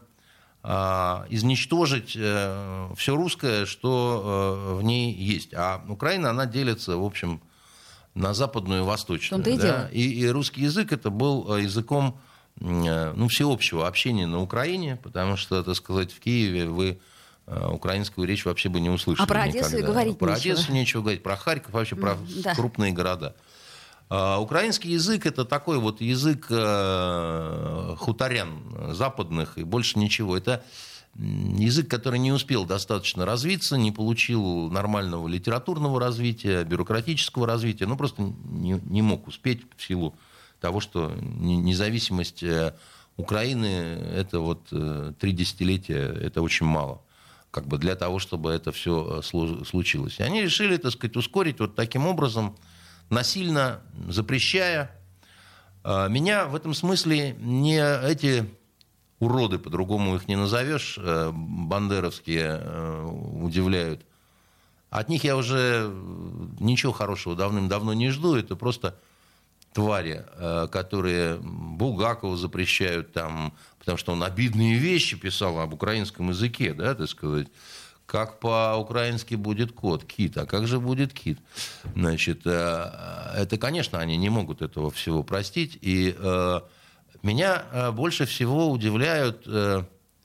изничтожить все русское, что в ней есть. А Украина, она делится, в общем, на западную и восточную. И, да? и, и русский язык – это был языком ну, всеобщего общения на Украине, потому что, так сказать, в Киеве вы... украинскую речь вообще бы не услышали. А про никогда. Одессу и говорить Про нечего. Одессу нечего говорить, про Харьков, вообще про mm, да. крупные города. А, украинский язык – это такой вот язык а, хуторян западных и больше ничего. Это язык, который не успел достаточно развиться, не получил нормального литературного развития, бюрократического развития, ну просто не, не мог успеть в силу того, что независимость Украины – это вот три десятилетия, это очень мало. Как бы для того, чтобы это все случилось. И они решили, так сказать, ускорить вот таким образом, насильно запрещая. Меня в этом смысле не эти уроды, по-другому их не назовешь, бандеровские, удивляют. От них я уже ничего хорошего давным-давно не жду. Это просто твари, которые Булгакова запрещают, там, потому что он обидные вещи писал об украинском языке, да, так сказать. Как по-украински будет кот, кит, а как же будет кит? Значит, это, конечно, они не могут этого всего простить. И э, меня больше всего удивляют э,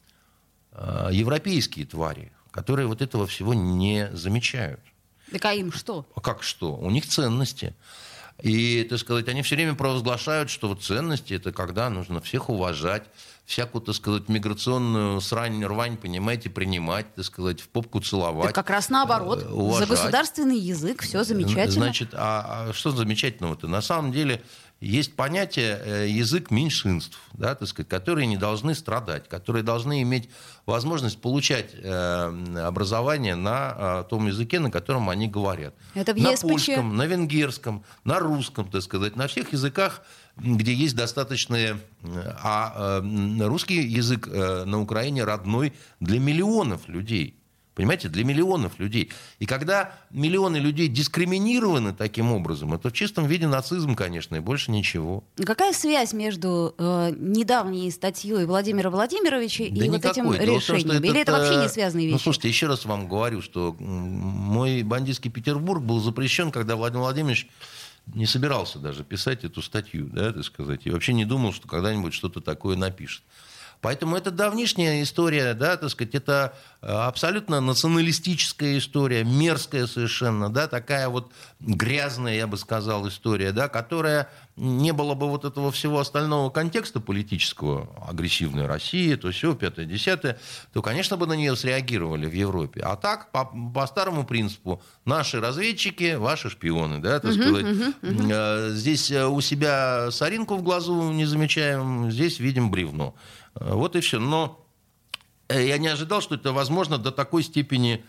европейские твари, которые вот этого всего не замечают. Так а им что? А как что? У них ценности. И, так сказать, они все время провозглашают, что вот ценности – это когда нужно всех уважать, всякую, так сказать, миграционную срань, рвань, понимаете, принимать, так сказать, в попку целовать. Так как раз наоборот. Уважать. За государственный язык все замечательно. Значит, а, а что замечательного-то? На самом деле есть понятие язык меньшинств, да, так сказать, которые не должны страдать, которые должны иметь возможность получать э, образование на э, том языке, на котором они говорят. Это в на ЕСПЧ. польском, на венгерском, на русском, так сказать, на всех языках, где есть достаточные... А э, русский язык э, на Украине родной для миллионов людей. Понимаете, для миллионов людей. И когда миллионы людей дискриминированы таким образом, это в чистом виде нацизм, конечно, и больше ничего. Какая связь между э, недавней статьей Владимира Владимировича да и вот этим том, решением? что Или это вообще не э, связанные вещи? Ну, слушайте, еще раз вам говорю, что мой бандитский Петербург был запрещен, когда Владимир Владимирович не собирался даже писать эту статью, да, так сказать, и вообще не думал, что когда-нибудь что-то такое напишет. Поэтому это давнишняя история, да, так сказать, это абсолютно националистическая история, мерзкая совершенно, да, такая вот грязная, я бы сказал, история, да, которая не было бы вот этого всего остального контекста политического, агрессивная Россия, то все, пятое, десятое, то, конечно, бы на нее среагировали в Европе. А так, по, по старому принципу, наши разведчики, ваши шпионы, да, так uh-huh, сказать. Uh-huh, uh-huh. Здесь у себя соринку в глазу не замечаем, здесь видим бревно. Вот и все. Но я не ожидал, что это возможно до такой степени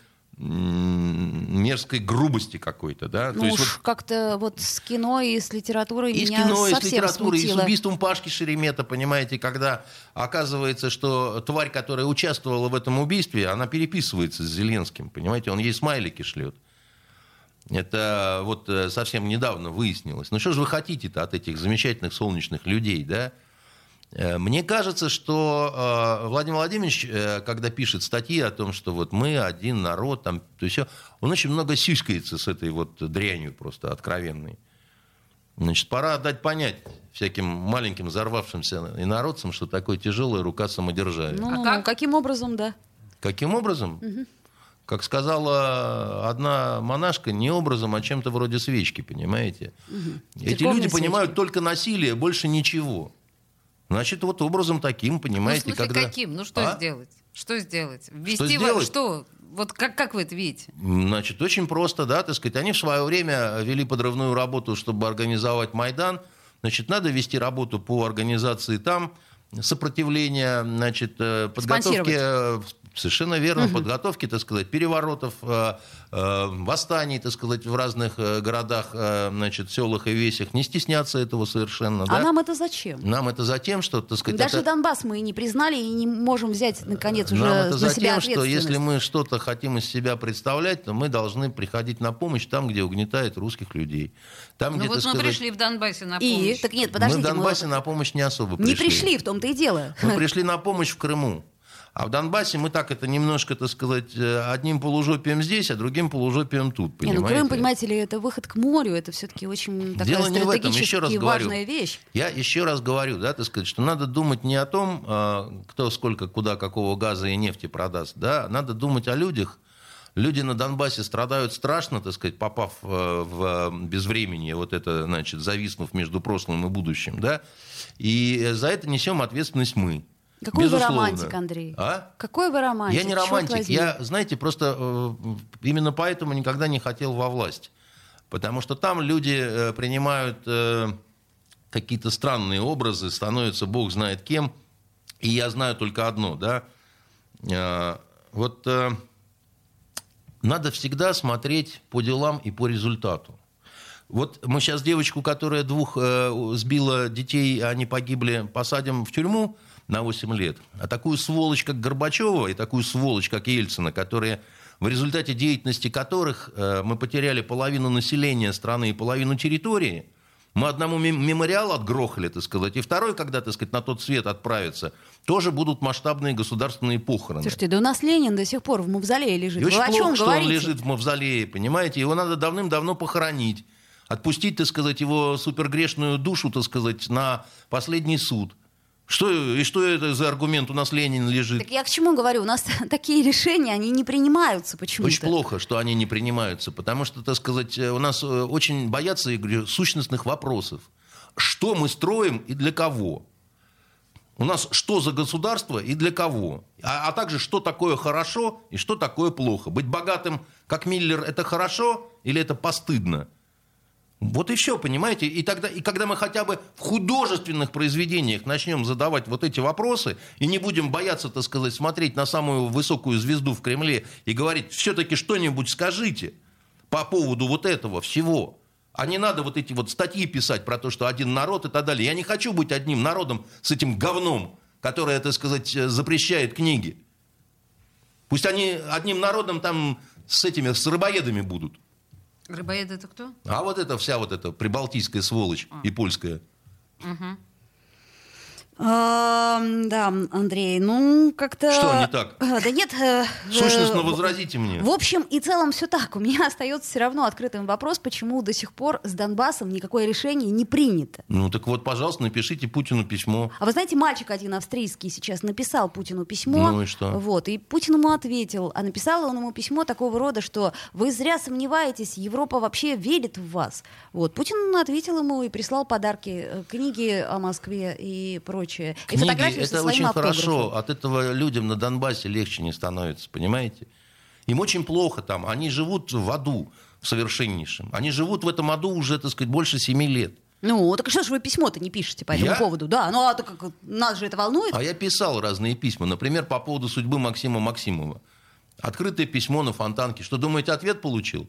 мерзкой грубости какой-то. Да? Ну То уж есть, вот, как-то вот с кино и с литературой и меня с кино, и совсем с литературой, смутило. и с убийством Пашки Шеремета, понимаете, когда оказывается, что тварь, которая участвовала в этом убийстве, она переписывается с Зеленским, понимаете, он ей смайлики шлет. Это вот совсем недавно выяснилось. Ну что же вы хотите-то от этих замечательных солнечных людей, да? Мне кажется, что э, Владимир Владимирович, э, когда пишет статьи о том, что вот мы один народ, там, то есть он очень много сюськается с этой вот дрянью просто откровенной. Значит, пора дать понять всяким маленьким взорвавшимся инородцам, что такое тяжелая рука самодержавия. Ну, а ну, как? Каким образом, да? Каким образом? Угу. Как сказала одна монашка, не образом, а чем-то вроде свечки, понимаете? Угу. Эти Церковные люди свечки. понимают только насилие, больше ничего. Значит, вот образом таким, понимаете, ну, в смысле, когда... каким? Ну, что а? сделать? Что сделать? Ввести Что во- сделать? Что? Вот как, как вы это видите? Значит, очень просто, да, так сказать. Они в свое время вели подрывную работу, чтобы организовать Майдан. Значит, надо вести работу по организации там сопротивления, значит, подготовки... Совершенно верно, угу. подготовки, так сказать, переворотов, э, э, восстаний, так сказать, в разных э, городах, э, значит, селах и весях. Не стесняться этого совершенно. А да? нам это зачем? Нам это затем, что, так сказать... Даже это... Донбасс мы не признали и не можем взять, наконец, уже Нам это на затем, себя что ответственность. если мы что-то хотим из себя представлять, то мы должны приходить на помощь там, где угнетает русских людей. Там, Ну где, вот мы сказать... пришли в Донбассе на помощь. И? Так нет, подождите. Мы в Донбассе мы... на помощь не особо пришли. Не пришли, в том-то и дело. Мы пришли на помощь в Крыму. А в Донбассе мы так это немножко, так сказать, одним полужопием здесь, а другим полужопием тут, Не, понимаете? ну Крым, понимаете ли, это выход к морю, это все-таки очень такая Дело не в этом, еще раз стратегически говорю. важная вещь. Я еще раз говорю, да, так сказать, что надо думать не о том, кто сколько, куда, какого газа и нефти продаст, да, надо думать о людях. Люди на Донбассе страдают страшно, так сказать, попав в безвременье, вот это, значит, зависнув между прошлым и будущим, да, и за это несем ответственность мы. Какой Безусловно. вы романтик, Андрей? А? Какой вы романтик? Я не Чёрт романтик. возьми. Я, знаете, просто э, именно поэтому никогда не хотел во власть. Потому что там люди э, принимают э, какие-то странные образы, становятся бог знает кем. И я знаю только одно, да. Э, вот э, надо всегда смотреть по делам и по результату. Вот мы сейчас девочку, которая двух э, сбила детей, а они погибли, посадим в тюрьму на восемь лет. А такую сволочь, как Горбачева, и такую сволочь, как Ельцина, которые, в результате деятельности которых э, мы потеряли половину населения страны и половину территории, мы одному мемориал отгрохали, так сказать, и второй, когда, так сказать, на тот свет отправится, тоже будут масштабные государственные похороны. Слушайте, да у нас Ленин до сих пор в мавзолее лежит. И Вы очень о чем плохо, что говорите? он лежит в мавзолее, понимаете? Его надо давным-давно похоронить. Отпустить, так сказать, его супергрешную душу, так сказать, на последний суд. Что, и что это за аргумент? У нас Ленин лежит. Так я к чему говорю? У нас такие решения, они не принимаются почему-то. Очень плохо, что они не принимаются, потому что, так сказать, у нас очень боятся, я говорю, сущностных вопросов. Что мы строим и для кого? У нас что за государство и для кого? А, а также, что такое хорошо и что такое плохо? Быть богатым, как Миллер, это хорошо или это постыдно? Вот и все, понимаете? И, тогда, и когда мы хотя бы в художественных произведениях начнем задавать вот эти вопросы и не будем бояться, так сказать, смотреть на самую высокую звезду в Кремле и говорить, все-таки что-нибудь скажите по поводу вот этого всего. А не надо вот эти вот статьи писать про то, что один народ и так далее. Я не хочу быть одним народом с этим говном, которое, так сказать, запрещает книги. Пусть они одним народом там с этими, с рыбоедами будут. Рыбоеды это кто? А вот эта вся вот эта прибалтийская сволочь а. и польская. Угу. А, да, Андрей, ну как-то... Что не так? Да нет... Сущностно возразите мне. В общем и целом все так. У меня остается все равно открытым вопрос, почему до сих пор с Донбассом никакое решение не принято. Ну так вот, пожалуйста, напишите Путину письмо. А вы знаете, мальчик один австрийский сейчас написал Путину письмо. Ну и что? Вот, и Путин ему ответил. А написал он ему письмо такого рода, что вы зря сомневаетесь, Европа вообще верит в вас. Вот, Путин ответил ему и прислал подарки, книги о Москве и прочее. И Книги, очень это очень хорошо. От этого людям на Донбассе легче не становится, понимаете? Им очень плохо там. Они живут в аду в совершеннейшем. Они живут в этом аду уже, так сказать, больше семи лет. Ну, так что же вы письмо-то не пишете по этому я? поводу? Да, ну а то как нас же это волнует. А я писал разные письма. Например, по поводу судьбы Максима Максимова. Открытое письмо на Фонтанке. Что, думаете, ответ получил?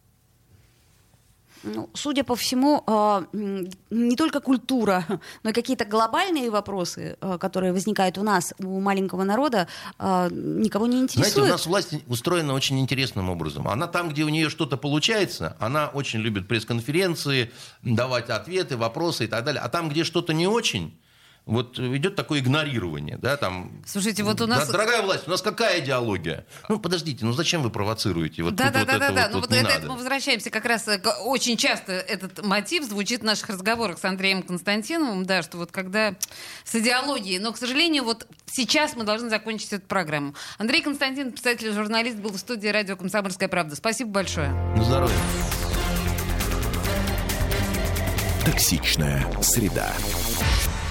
Ну, судя по всему, не только культура, но и какие-то глобальные вопросы, которые возникают у нас, у маленького народа, никого не интересуют. Знаете, у нас власть устроена очень интересным образом. Она там, где у нее что-то получается, она очень любит пресс-конференции, давать ответы, вопросы и так далее. А там, где что-то не очень... Вот идет такое игнорирование, да, там... Слушайте, вот у нас... Да, дорогая власть, у нас какая идеология? Ну, подождите, ну зачем вы провоцируете? Вот да, да, вот да, это да, да. Вот, ну, вот вот это, надо. это мы возвращаемся как раз... Очень часто этот мотив звучит в наших разговорах с Андреем Константиновым, да, что вот когда с идеологией... Но, к сожалению, вот сейчас мы должны закончить эту программу. Андрей Константинов, писатель и журналист, был в студии радио «Комсомольская правда». Спасибо большое. На здоровье. Токсичная среда.